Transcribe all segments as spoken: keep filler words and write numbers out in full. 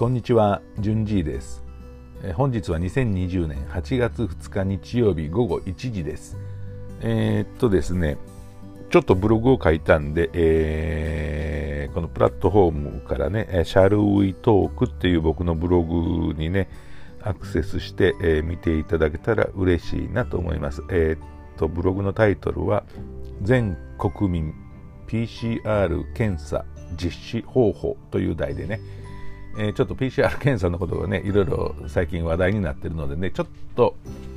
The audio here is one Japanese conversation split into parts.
こんにちは、じゅんじいです。えー、本日はにせんにじゅうねんはちがつふつか日曜日ごごいちじです。えー、っとですね、ちょっとブログを書いたんで、えー、このプラットフォームからね、Shall We Talk っていう僕のブログにね、アクセスして、えー、見ていただけたら嬉しいなと思います。えー、っと、ブログのタイトルは、全国民 ピーシーアール 検査実施方法という題でね、えー、ちょっと ピーシーアール 検査のことがね、いろいろ最近話題になっているのでね、ちょっと、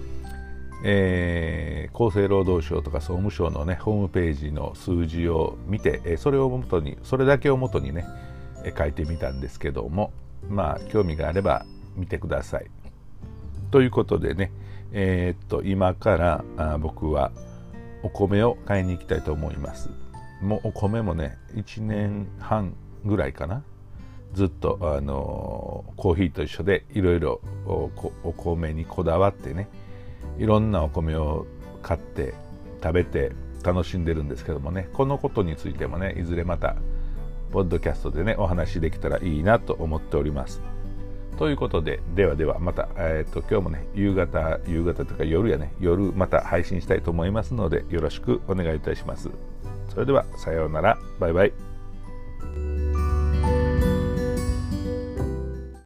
えー、厚生労働省とか総務省のね、ホームページの数字を見て、えー、それを元に、それだけを元にね、えー、書いてみたんですけども、まあ、興味があれば見てください。ということでね、えー、っと、今からあ僕はお米を買いに行きたいと思います。もうお米もね、いちねんはんぐらいかな。ずっとあのコーヒーと一緒でいろいろお米にこだわってね、いろんなお米を買って食べて楽しんでるんですけどもね、このことについてもね、いずれまたポッドキャストでねお話できたらいいなと思っております。ということで、ではではまた、えー、と今日もね夕方夕方というか夜やね夜また配信したいと思いますので、よろしくお願いいたします。それではさようなら、バイバイ。